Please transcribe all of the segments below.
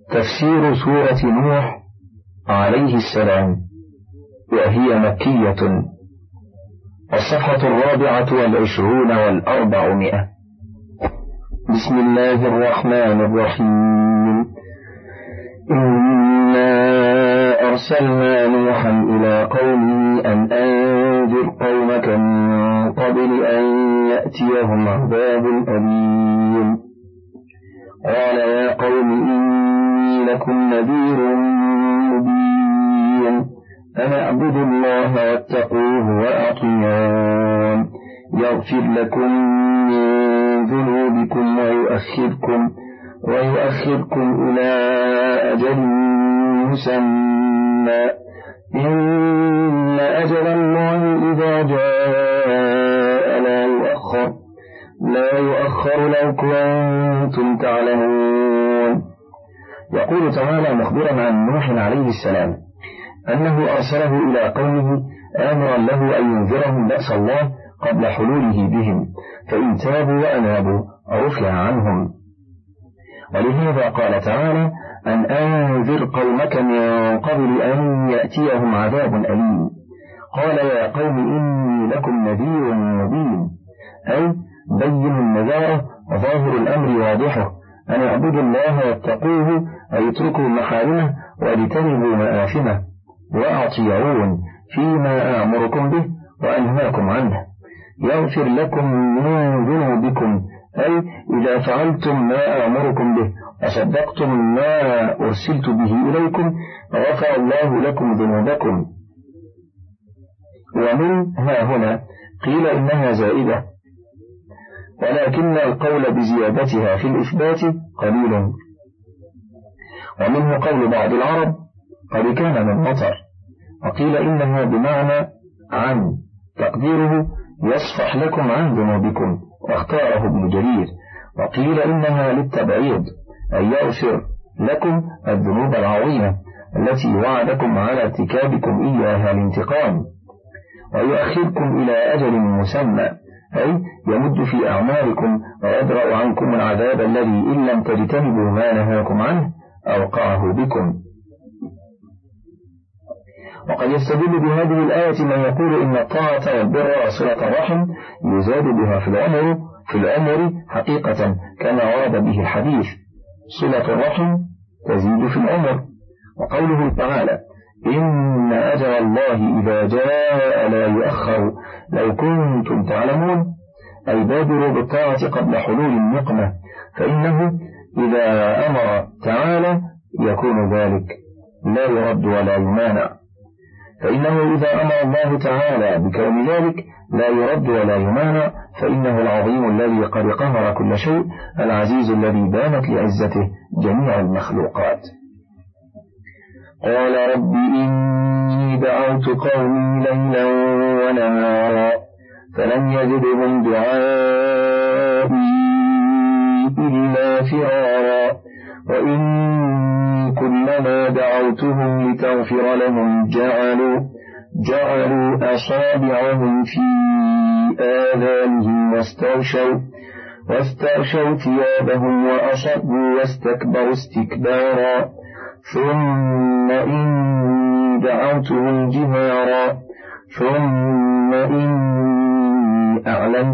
تفسير سورة نوح عليه السلام، وهي مكية، الصفحة 24 و400. بسم الله الرحمن الرحيم. إنا أرسلنا نوحا إلى قومه أن أنذر قومك من قبل أن يأتيهم عذاب أليم. قال يا قوم إني لكم نذير مبين، أن اعبدوا الله واتقوه وأطيعون، يغفر لكم من ذنوبكم ويؤخركم إلى أجل مسمى، إن أجل الله إذا جاء لا يؤخر لو كنتم تعلمون. يقول تعالى مخبرا عن نوح عليه السلام أنه أرسله إلى قومه آمرا له أن ينذرهم بأس الله قبل حلوله بهم، فإن تابوا وأنابوا رفع عنهم. ولهذا قال تعالى أن أنذر قومك من قبل أن يأتيهم عذاب أليم. قال يا قوم إني لكم نذير مبين، أي بين النذارة ظاهر الأمر واضحه، أن اعبدوا الله واتقوه، أي اتركوا محارمه واجتنبوا مآثمه، وأطيعون فيما أمركم به وأنهاكم عنه، يغفر لكم من ذنوبكم، أي إذا فعلتم ما أمركم به وصدقتم ما أرسلت به إليكم غفر الله لكم ذنوبكم. ومن ها هنا قيل إنها زائدة، ولكن القول بزيادتها في الإثبات قليل. ومنه قول بعض العرب قد كان من مطر، وقيل إنها بمعنى عن، تقديره يصفح لكم عن ذنوبكم، واختاره ابن جرير. وقيل إنها للتبعيض، أي يغفر لكم الذنوب العظيمة التي وعدكم على ارتكابكم إياها الانتقام، ويؤخركم إلى أجل مسمى، أي يمد في أعمالكم ويدرأ عنكم العذاب الذي إن لم تجتنبوا ما نهاكم عنه أوقعه بكم. وقد يستدل بهذه الآية من يقول إن الطاعة والبر وصلة الرحم يزاد بها في العمر حقيقة، كما ورد به الحديث: صلة الرحم تزيد في العمر. وقوله تعالى: إن أجل الله إذا جاء لا يؤخر لو كنتم تعلمون، أي بادروا بالطاعة قبل حلول النقمة، فإنه إذا أمر تعالى يكون ذلك، لا يرد ولا يمانع. فإنه إذا أمر الله تعالى بكون ذلك لا يرد ولا يمانع، فإنه العظيم الذي قد قهر كل شيء، العزيز الذي بانت لعزته جميع المخلوقات. قال رب إني دعوت قومي ليلا ونهارا فلم يزدهم دعائي إلا فرارا، وإني كلما دعوتهم لتغفر لهم جعلوا أصابعهم في آذانهم واستغشوا ثيابهم وأصروا واستكبروا استكبارا، ثم إني دعوتهم جهارا، ثم إني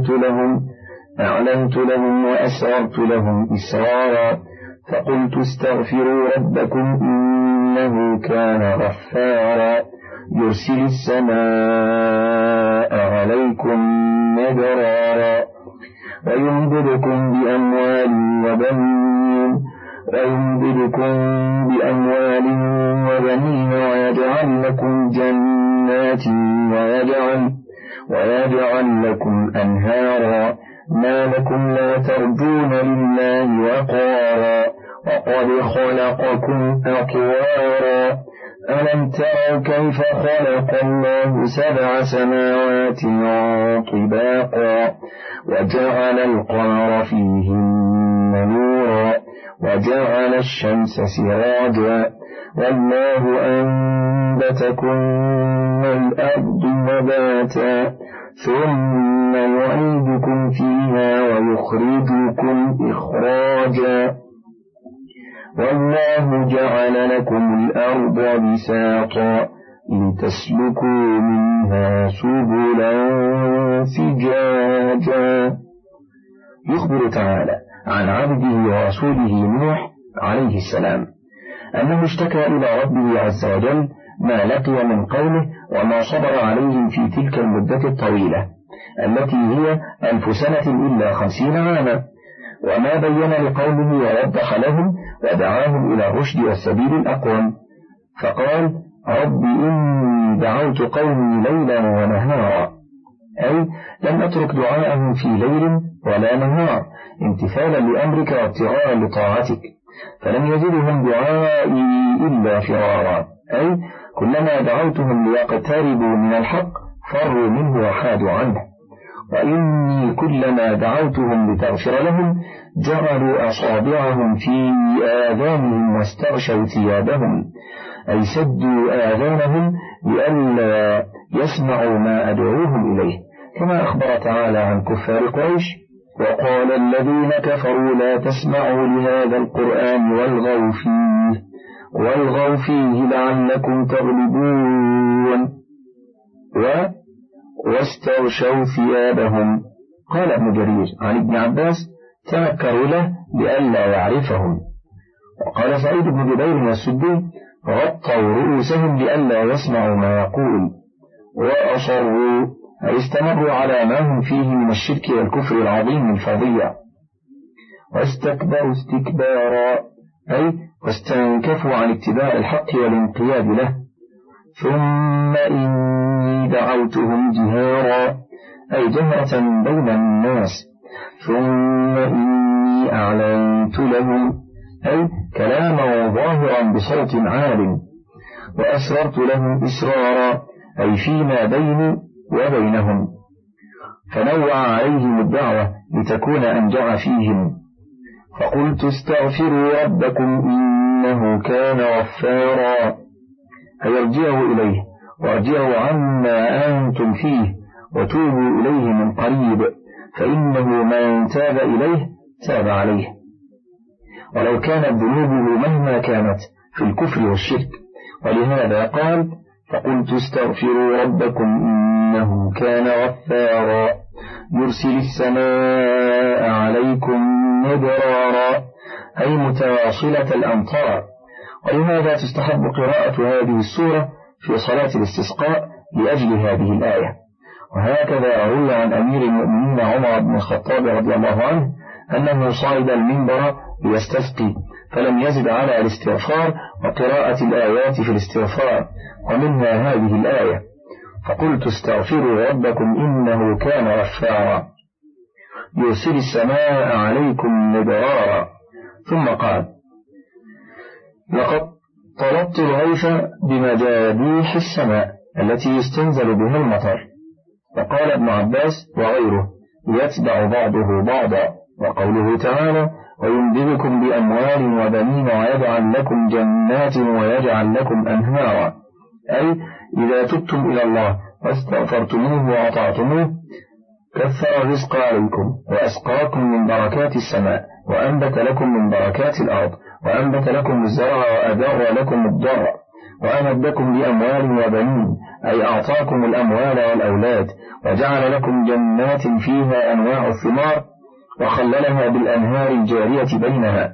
أعلنت لهم وأسررت لهم إسرارا، فقلت استغفروا ربكم إنه كان غفارا، يرسل السماء عليكم مدرارا، ويمددكم بأموال وبنين ويجعل لكم جنات ويجعل لكم أنهارا، ما لكم لا ترجون لله وقارا، وقد خلقكم أطوارا، ألم تروا كيف خلق الله 7 سماوات طباقا، وجعل القمر فيهن نورا، وجعل الشمس سراجا، والله أنبتكم من الأرض نباتا، ثم يعيدكم فيها ويخرجكم إخراجا، والله جعل لكم الأرض بساطا لتسلكوا منها سبلا فجاجا. يخبر تعالى عن عبده ورسوله نوح عليه السلام أنه اشتكى إلى ربه عز وجل ما لقي من قومه وما صبر عليهم في تلك المدة الطويلة التي هي 1000 سنة إلا 50 عاما، وما بين لقومه ووضح لهم ودعاهم إلى الرشد والسبيل الأقوم، فقال: رب إني دعوت قومي ليلا ونهارا، أي لم أترك دعاءهم في ليل ولا نهار امتثالا لأمرك وابتغاء لطاعتك، فلم يزدهم دعائي إلا فرارا، أي كلما دعوتهم ليقتربوا من الحق فروا منه وحادوا عنه. وإني كلما دعوتهم لتغفر لهم جعلوا أصابعهم في آذانهم واستغشوا ثيابهم، أي سدوا آذانهم لئلا يسمعوا ما أدعوهم إليه، كما أخبر تعالى عن كفار قريش: وقال الذين كفروا لا تسمعوا لهذا القرآن والغوا فيه لعلكم تغلبون واستغشوا ثيابهم. قال ابن جرير عن ابن عباس: تنكروا له لئلا يعرفهم. وقال سعيد بن جبير والسدي: غطوا رؤوسهم لئلا يسمعوا ما يقول. وأصروا أي استمروا على ما هم فيه من الشرك والكفر العظيم الفظيع. واستكبروا استكبارا أي واستنكفوا عن اتباع الحق والانقياد له. ثم إني دعوتهم جهارا أي جهرة بين الناس. ثم إني أعلنت لهم أي كلاما ظاهرا بصوت عال. وأسررت لهم إسرارا أي فيما بيني وبينهم، فنوع عليهم الدعوة لتكون أنجع فيهم. فقلت استغفروا ربكم إنه كان غفارا أي ارجعوا إليه وارجعوا عما أنتم فيه وتوبوا إليه من قريب، فإنه من تاب إليه تاب عليه، ولو كانت ذنوبه مهما كانت في الكفر والشرك. ولهذا قال: فقلت استغفروا ربكم إنه كان غفارا يرسل السماء عليكم مدرارا أي متواصلة الأمطار. ولهذا تستحب قراءة هذه السورة في صلاة الاستسقاء لأجل هذه الآية. وهكذا روي عن أمير المؤمنين عمر بن الخطاب رضي الله عنه أنه صعد المنبر ليستسقي فلم يزد على الاستغفار وقراءة الآيات في الاستغفار، ومنها هذه الآية: فقلت استغفروا ربكم إنه كان غفارا يرسل السماء عليكم مدرارا. ثم قال: لقد طلبت الغيث بمجاديح السماء التي يستنزل بها المطر. وقال ابن عباس وغيره: يتبع بعضه بعضا. وقوله تعالى: ويمددكم بأموال وبنين ويجعل لكم جنات ويجعل لكم أنهارا، أي إذا تبتم إلى الله واستغفرتموه وأطعتموه كثر الرزق عليكم وأسقاكم من بركات السماء وأنبت لكم من بركات الأرض وأنبت لكم الزرع وأدار لكم الضرع وأمدكم بأموال وبنين، أي أعطاكم الأموال والأولاد وجعل لكم جنات فيها أنواع الثمار وخللها بالأنهار الجارية بينها.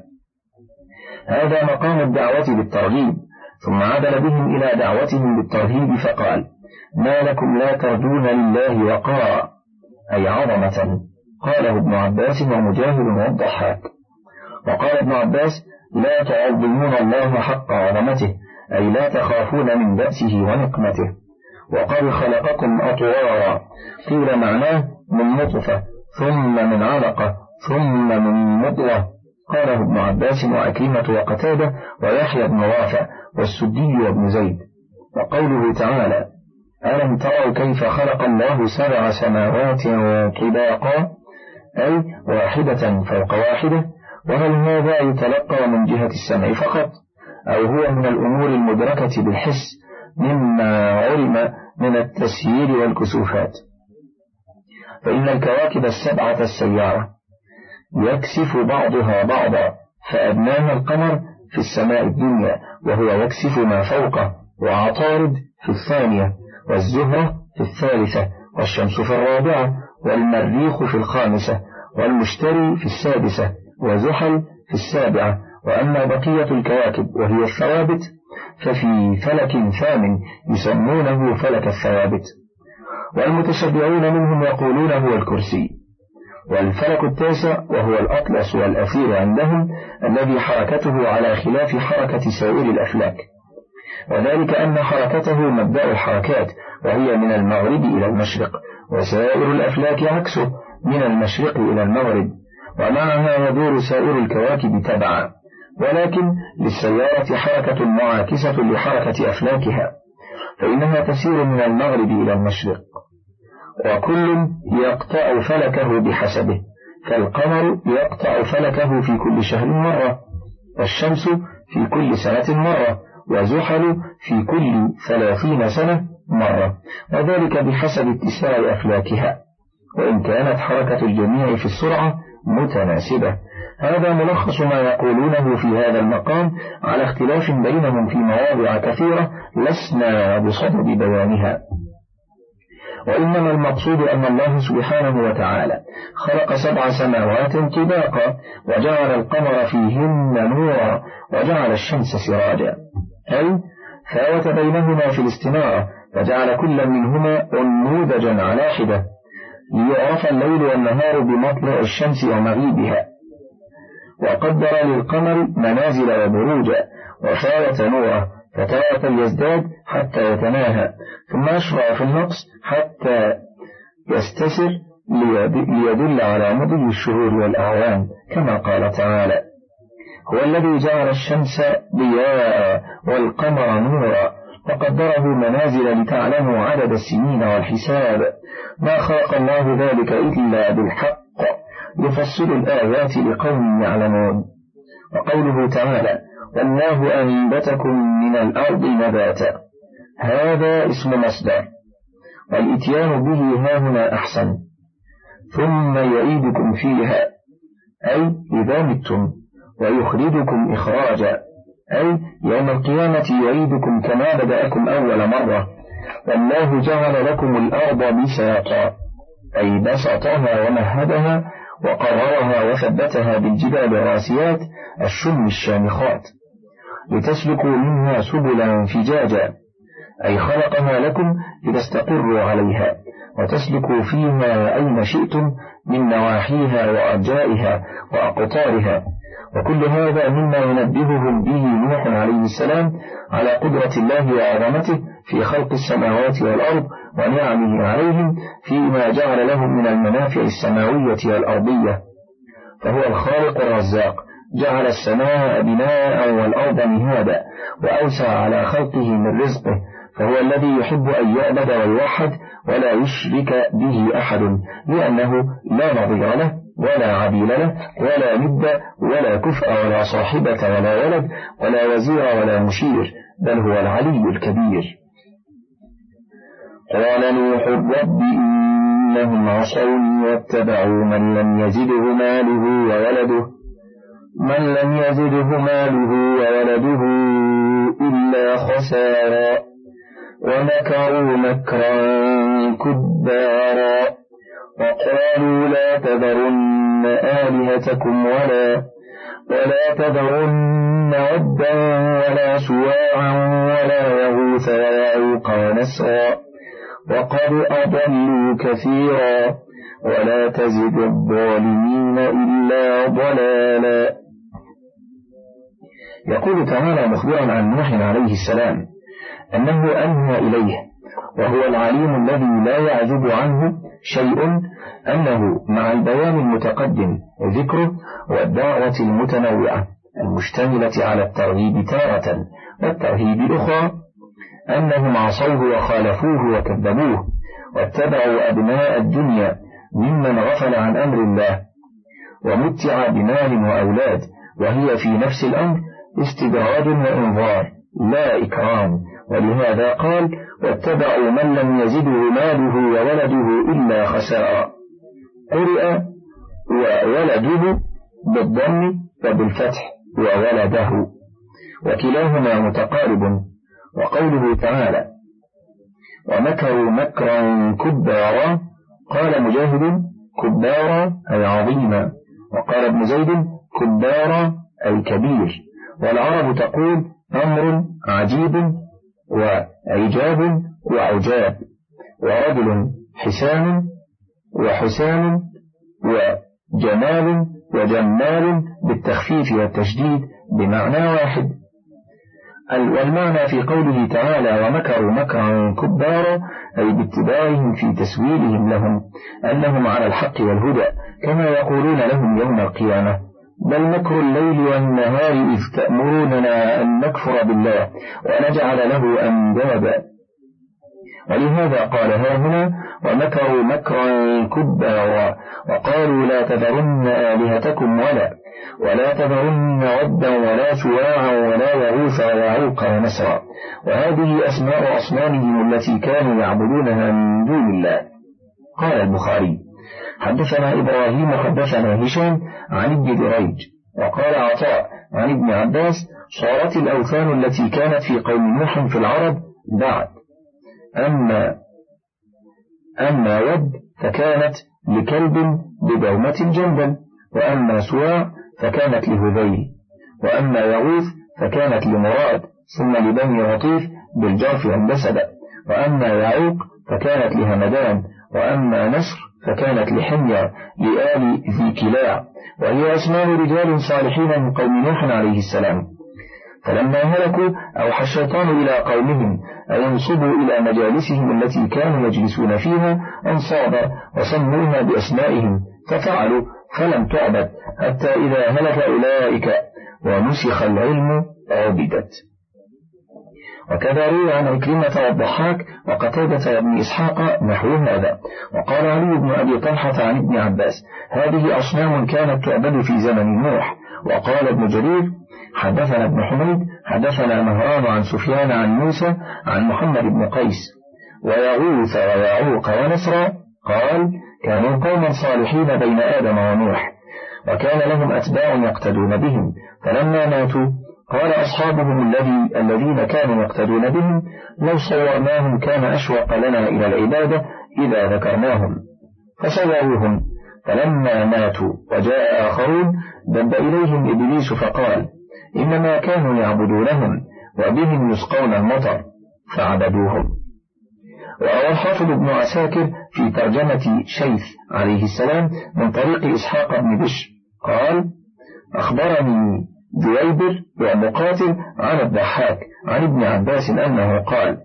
هذا مقام الدعوة بالترغيب. ثم عدل بهم إلى دعوتهم بالترهيب فقال: ما لكم لا ترجون لله وقارا أي عظمة. قاله ابن عباس ومجاهد والضحاك. وقال ابن عباس: لا تعظمون الله حق عظمته أي لا تخافون من بأسه ونقمته. وقد خلقكم أطوارا قيل معناه من نطفة ثم من علقة ثم من مضغة. قاله ابن عباس وعكرمة وقتادة ويحيى بن رافع والسدي وابن زيد. وقوله تعالى: ألم تروا كيف خلق الله 7 سماوات طباقا أي واحدة فوق واحدة. وهل هذا يتلقى من جهة السمع فقط أو هو من الأمور المدركة بالحس مما علم من التسيير والكسوفات؟ فإن الكواكب 7 السيارة يكسف بعضها بعضا، فأدناها القمر في السماء الدنيا وهو يكسف ما فوقه، وعطارد في الثانية، والزهرة في الثالثة، والشمس في الرابعة، والمريخ في الخامسة، والمشتري في السادسة، وزحل في السابعة. وأما بقية الكواكب وهي الثوابت ففي فلك ثامن يسمونه فلك الثوابت. والمتشبعون منهم يقولون هو الكرسي. والفلك التاسع وهو الأطلس والأثير عندهم، الذي حركته على خلاف حركة سائر الأفلاك، وذلك أن حركته مبدأ الحركات، وهي من المغرب إلى المشرق، وسائر الأفلاك عكسه من المشرق إلى المغرب، ومعها يدور سائر الكواكب تبعا، ولكن للسيارة حركة معاكسة لحركة أفلاكها، فإنها تسير من المغرب إلى المشرق، وكل يقطع فلكه بحسبه، فالقمر يقطع فلكه في كل شهر مرة، والشمس في كل سنة مرة، وزحل في كل 30 سنة مرة، وذلك بحسب اتساع أفلاكها، وإن كانت حركة الجميع في السرعة متناسبة. هذا ملخص ما يقولونه في هذا المقام، على اختلاف بينهم في مواضع كثيرة لسنا بصدد بيانها. وإنما المقصود أن الله سبحانه وتعالى خلق 7 سماوات طباقا، وجعل القمر فيهن نورا، وجعل الشمس سراجا، أي فاوت بينهما في الاستنارة، فجعل كل منهما نموذجا على حدة، ليعرف الليل والنهار بمطلع الشمس ومغيبها، وقدر للقمر منازل وبروجا، وفاوت نوره، فتارة يزداد حتى يتناهى، ثم يشرع في النقص حتى يستسر ليدل على مضي الشهور والأعوام، كما قال تعالى: هو الذي جعل الشمس ضياء والقمر نورا وقدره منازل لتعلموا عدد السنين والحساب، ما خلق الله ذلك إلا بالحق، يفصل الآيات لقوم يعلمون. وقوله تعالى: والله أنبتكم من الأرض نباتا، هذا اسم مصدر، والإتيان به هاهنا أحسن. ثم يعيدكم فيها، أي إذا متم، ويخرجكم إخراجا، أي يوم القيامة يعيدكم كما بدأكم أول مرة. والله جعل لكم الأرض بساطا، أي بسطها ومهدها وقررها وثبتها بالجبال الراسيات الشم الشامخات، لتسلكوا منها سبلا فجاجا، أي خلقها لكم لتستقروا عليها وتسلكوا فيها أين شئتم من نواحيها وأرجائها وأقطارها. وكل هذا مما ينبههم به نوح عليه السلام على قدرة الله وعظمته في خلق السماوات والأرض ونعمه عليهم فيما جعل لهم من المنافع السماوية والأرضية. فهو الخالق الرزاق، جعل السماء بناء والأرض مهادا، وأوسع على خلقه من رزقه، فهو الذي يحب أن يعبد ويوحد ولا يشرك به أحد، لأنه لا نظير له ولا عديل له ولا ند ولا كفء ولا صاحبة ولا ولد ولا وزير ولا مشير، بل هو العلي الكبير. قال نوح: رب إنهم عصوني واتبعوا من لم يزده ماله إلا خسارا، ومكروا مكرا كبارا، وقالوا لا تذرن آلهتكم ولا تذرن ودا ولا سواعا ولا يغوث ويعوق ونسرا، وقد أضلوا كثيرا، ولا تزد الظالمين إلا ضلالا. يقول تعالى مخبرا عن نوح عليه السلام أنه أنهى إليه، وهو العليم الذي لا يعزب عنه شيء، أنه مع البيان المتقدم ذكره والدعوة المتنوعة المشتملة على الترغيب تارة والترهيب أخرى، أنهم عصوه وخالفوه وكذبوه واتبعوا أبناء الدنيا ممن غفل عن أمر الله ومتع بمال وأولاد، وهي في نفس الأمر استدراج وإنظار لا إكرام، ولهذا قال: واتبعوا من لم يزده ماله وولده إلا خسارا. قرئ وولده بالضم وبالفتح وولده، وكلاهما متقارب. وقوله تعالى ومكروا مكرا كبارا، قال مجاهد كبارا أي عظيما، وقال ابن زيد كبارا أي كبير. والعرب تقول أمر عجيب وعجاب وعجاب، ورجل حسان وحسان وجمال وجمال بالتخفيف والتشديد بمعنى واحد. والمعنى في قوله تعالى ومكروا مكرا كبارا أي باتباعهم في تسويلهم لهم أنهم على الحق والهدى، كما يقولون لهم يوم القيامة بل مكر الليل والنهار إذ تأمروننا أن نكفر بالله ونجعل له أندادا. ولهذا قال هنا ومكروا مكرا كبارا، وقالوا لا تذرن آلهتكم ولا تذرن ودا ولا سواعا ولا يغوث ويعوق ونسرا، وهذه أسماء أصنامهم التي كانوا يعبدونها من دون الله. قال البخاري حدثنا إبراهيم حدثنا هشام عن ابن دريج. وقال عطاء عن ابن عباس صارت الأوثان التي كانت في قوم نوح في العرب بعد، أما ود فكانت لكلب بدومة جنبا، وأما سواع فكانت لهذيل، وأما يغوث فكانت لمراد ثم لبني غطيف بالجرف والبسد، وأما يعوق فكانت لهمدان، وأما نصر فكانت لحمير لآل ذي كلاع، وهي أسماء رجال صالحين من قوم نوح عليه السلام. فلما هلكوا أوحى الشيطان إلى قومهم أن ينصبوا إلى مجالسهم التي كانوا يجلسون فيها أنصابا وسموها بأسمائهم، ففعلوا فلم تعبد حتى إذا هلك أولئك ونسخ العلم عبدت. وكذا روي عن عكرمة والضحاك وقتادة وابن إسحاق نحو هذا. وقال علي بن أبي طلحة عن ابن عباس هذه أصنام كانت تعبد في زمن نوح. وقال ابن جرير حدثنا ابن حميد حدثنا مهران عن سفيان عن موسى عن محمد بن قيس ويغوث ويعوق ونسرا قال كانوا قوما صالحين بين آدم ونوح، وكان لهم أتباع يقتدون بهم، فلما ماتوا قال أصحابهم الذين كانوا يقتدون بهم لو صورناهم كان أشوق لنا إلى العبادة إذا ذكرناهم، فصوروهم. فلما ماتوا وجاء آخرون دب إليهم إبليس فقال إنما كانوا يعبدونهم وبهم يسقون المطر فعبدوهم. وروى الحافظ ابن عساكر في ترجمة شيث عليه السلام من طريق إسحاق بن بشر قال أخبرني جويبر ومقاتل عن الضحاك عن ابن عباس أنه قال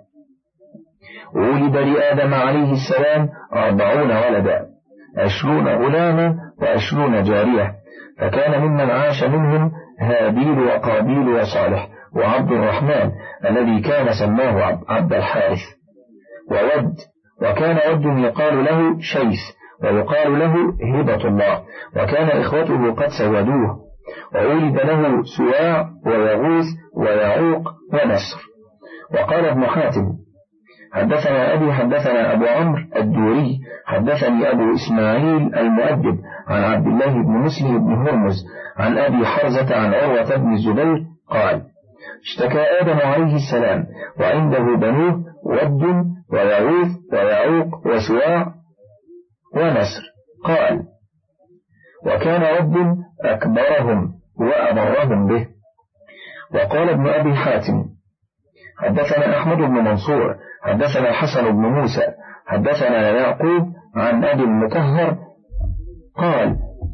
ولد لآدم عليه السلام 40 ولدا 20 غلاما و20 جارية، فكان ممن عاش منهم هابيل وقابيل وصالح وعبد الرحمن الذي كان سماه عبد الحارث وود، وكان ود يقال له شيث ويقال له هبة الله، وكان إخوته قد سودوه. وولد له سواع ويغوث ويعوق ونسر. وقال ابن حاتم حدثنا أبي حدثنا أبو عمرو الدوري حدثني أبو إسماعيل المؤدب عن عبد الله بن مسلم بن هرمز عن أبي حرزة عن عروة بن الزبير قال اشتكى آدم عليه السلام وعنده بنوه ود ويغوث ويعوق وسواع ونسر، قال وكان ود أكبرهم وأبرهم به. وقال ابن أبي حاتم حدثنا أحمد بن منصور حدثنا حسن بن موسى حدثنا يعقوب عن أبي المطهر قال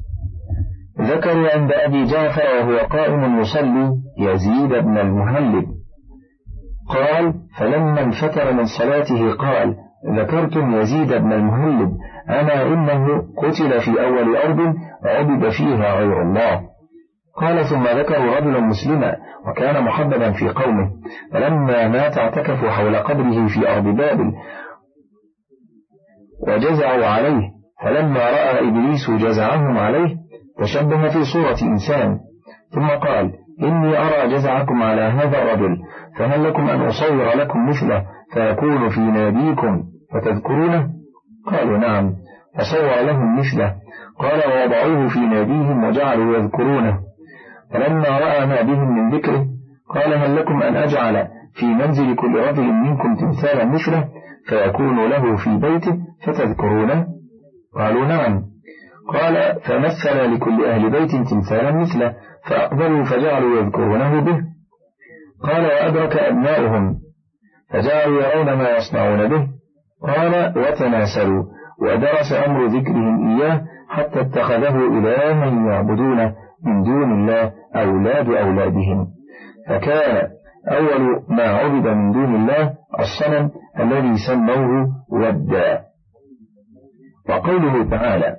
ذكروا عند أبي جعفر وهو قائم يصلي يزيد بن المهلب قال فلما انفتر من صلاته قال ذكرتم يزيد بن المهلب أما إنه قتل في أول أرض عبد فيها غير الله. قال ثم ذكروا رجلا مسلما وكان محببا في قومه، فلما مات اعتكفوا حول قبره في أرض بابل وجزعوا عليه، فلما رأى إبليس جزعهم عليه تشبه في صورة إنسان، ثم قال إني أرى جزعكم على هذا الرجل، فهل لكم أن أصور لكم مثله فيكون في ناديكم فتذكرونه؟ قالوا نعم، فصور لهم مثله. قال ووضعوه في ناديهم وجعلوا يذكرونه، فلما رأى ما بهم من ذكره قال هل لكم أن أجعل في منزل كل رجل منكم تمثالا مثله فيكون له في بيته فتذكرونه؟ قالوا نعم. قال فمثل لكل أهل بيت تمثالا مثله فأقبلوا فجعلوا يذكرونه به. قال وأدرك أبناؤهم فجعلوا يرون ما يصنعون به. قال وتناسلوا ودرس أمر ذكرهم إياه حتى اتخذه إلها يعبدونه من دون الله أولاد أولادهم، فكان أول ما عبد من دون الله الصنم الذي سموه ودا. وقوله تعالى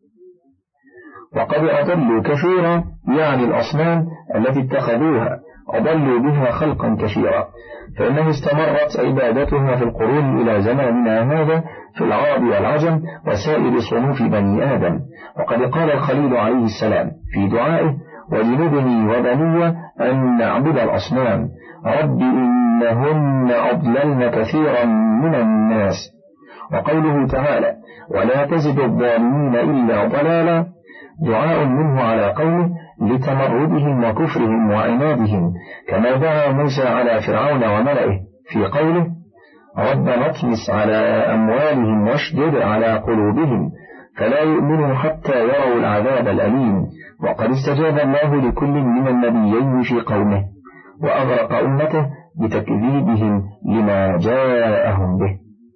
وقد أضلوا كثيرا يعني الأصنام التي اتخذوها أضلوا بها خلقا كثيرا، فإنه استمرت عبادتها في القرون إلى زماننا هذا في العرب والعجم وسائر صنوف بني آدم. وقد قال الخليل عليه السلام في دعائه وجنبني وبني أن نعبد الأصنام رب إنهن أضللن كثيرا من الناس. وقوله تعالى ولا تزد الظالمين إلا ضلالا دعاء منه على قومه لتمردهم وكفرهم وعنادهم، كما دعا موسى على فرعون وملئه في قوله ربنا اطمس على أموالهم واشدد على قلوبهم فلا يؤمنوا حتى يروا العذاب الأليم. وقد استجاب الله لكل من النبيين في قومه وأغرق أمته بتكذيبهم لما جاءهم به.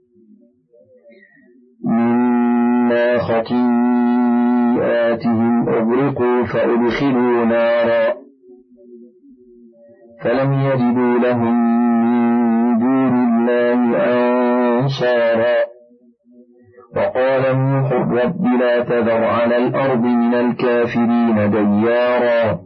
مما خطيئاتهم أغرقوا فأدخلوا نارا فلم يجدوا لهم من دون الله أنصارا. وقال نوح رب لا تذر على الأرض من الكافرين ديارا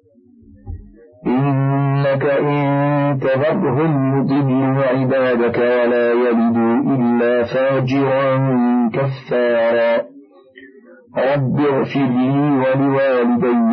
إنك إن تذرهم يضلوا عبادك ولا يلدوا إلا فاجرا كفارا. رب اغفر لي ولوالدي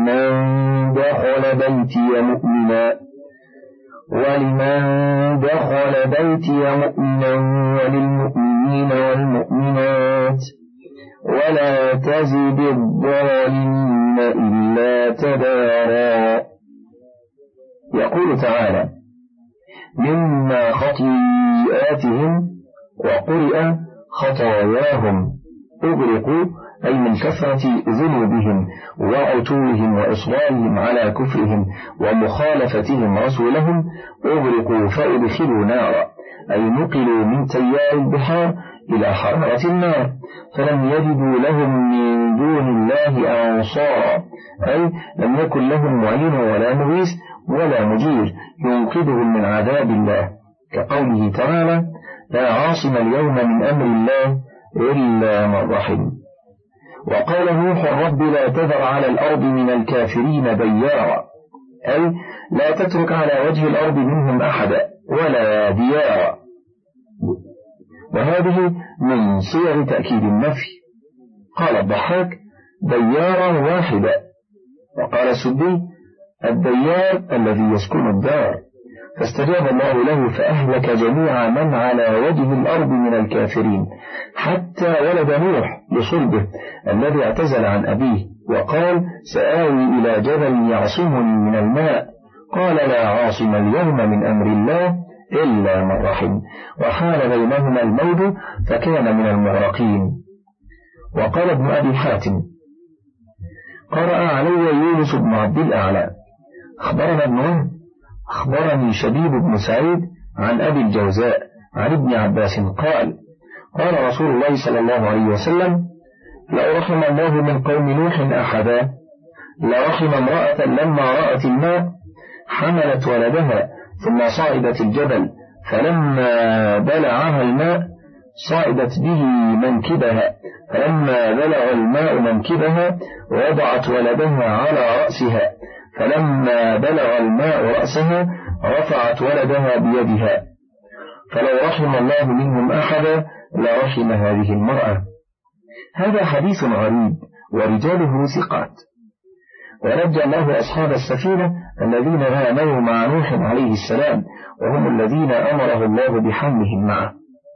ولمن دخل بيتي مؤمنا وللمؤمنين والمؤمنات ولا تزد الظالمين إلا تبارا. يقول تعالى مما خطيئاتهم وقرئ خطاياهم أغرقوا أي من كثرة ذنوبهم وعتوهم وإصرارهم على كفرهم ومخالفتهم رسولهم أغرقوا فأدخلوا نارا أي نقلوا من تيار البحار إلى حرارة النار فلم يجدوا لهم من دون الله أنصارا أي لم يكن لهم معين ولا مغيث ولا مجير ينقذهم من عذاب الله، كقوله تعالى لا عاصم اليوم من أمر الله إلا من رحم. وقال نوح رب لا تذر على الأرض من الكافرين ديارا أي لا تترك على وجه الأرض منهم أحدا ولا ديارا، وهذه من صيغ تأكيد النفي. قال الضحاك ديارا واحدا، وقال السدي الديار الذي يسكن الدار، فاستجاب الله له فأهلك جميع من على وجه الأرض من الكافرين حتى ولد نوح لصلبه الذي اعتزل عن أبيه وقال سآوي إلى جبل يعصمني من الماء قال لا عاصم اليوم من أمر الله إلا من رحم وحال بينهما الموج فكان من المغرقين. وقال ابن أبي حاتم قرأ علي يونس بن عبد الأعلى أخبرنا ابن وهب أخبرني شبيب بن سعيد عن أبي الجوزاء عن ابن عباس قال قال رسول الله صلى الله عليه وسلم لو رحم الله من قوم نوح أحدا لرحم امرأة لما رأت الماء حملت ولدها ثم صعدت الجبل فلما بلعها الماء صعدت به منكبها فلما بلغ الماء منكبها وضعت ولدها على رأسها فلما بلغ الماء رأسها رفعت ولدها بيدها فلو رحم الله منهم أحدا لرحم هذه المرأة. هذا حديث غريب ورجاله ثقات، ونجى الله أصحاب السفينة الذين آمنوا مع نوح عليه السلام وهم الذين أمره الله بحملهم معه.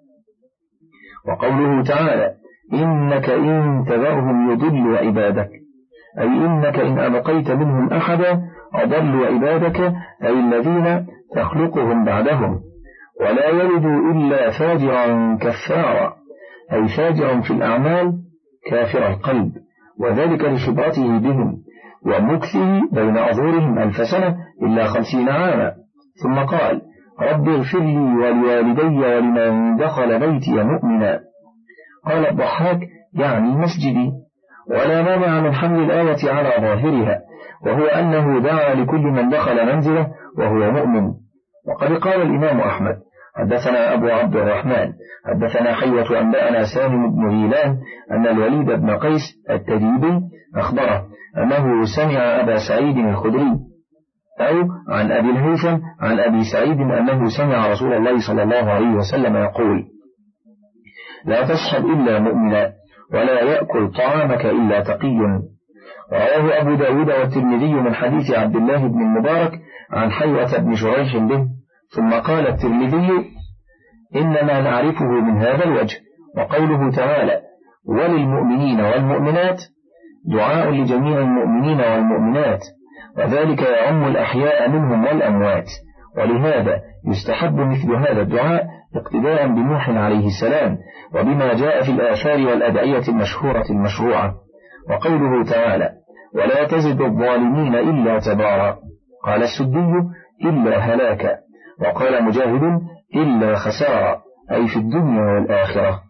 وقوله تعالى إنك إن تذرهم يضلوا عبادك أي إنك إن أبقيت منهم أحدا أضلوا عبادك أي الذين تخلقهم بعدهم، ولا يلدوا إلا فاجرا كفارا أي فاجرا في الأعمال كافر القلب، وذلك لخبرته بهم ومكثه بين أظهرهم 1000 سنة إلا 50 عاما. ثم قال رب اغفر لي ولوالدي ولمن دخل بيتي مؤمنا. قال الضحاك يعني مسجدي، ولا مانع من حمل الآية على ظاهرها، وهو أنه دعا لكل من دخل منزله وهو مؤمن. وقد قال الإمام أحمد حدثنا أبو عبد الرحمن حدثنا حيوة أنبأنا سالم بن غيلان أن الوليد بن قيس التديبي أخبره أنه سمع أبا سعيد الخدري أو عن أبي الهيثم عن أبي سعيد أنه سمع رسول الله صلى الله عليه وسلم يقول لا تصحب إلا مؤمنا ولا يأكل طعامك إلا تقي. رواه أبو داود والترمذي من حديث عبد الله بن المبارك عن حيوة بن شريح به. ثم قال الترمذي إنما نعرفه من هذا الوجه. وقوله تعالى وللمؤمنين والمؤمنات دعاء لجميع المؤمنين والمؤمنات، وذلك يعم الأحياء منهم والأموات، ولهذا يستحب مثل هذا الدعاء اقتداء بنوح عليه السلام وبما جاء في الآثار والأدعية المشهورة المشروعة. وقوله تعالى ولا تزد الظالمين إلا تبارا، قال السدي إلا هلاكا، وقال مجاهد إلا خسارا أي في الدنيا والآخرة.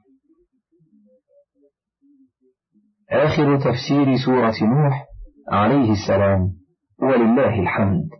آخر تفسير سورة نوح عليه السلام، ولله الحمد.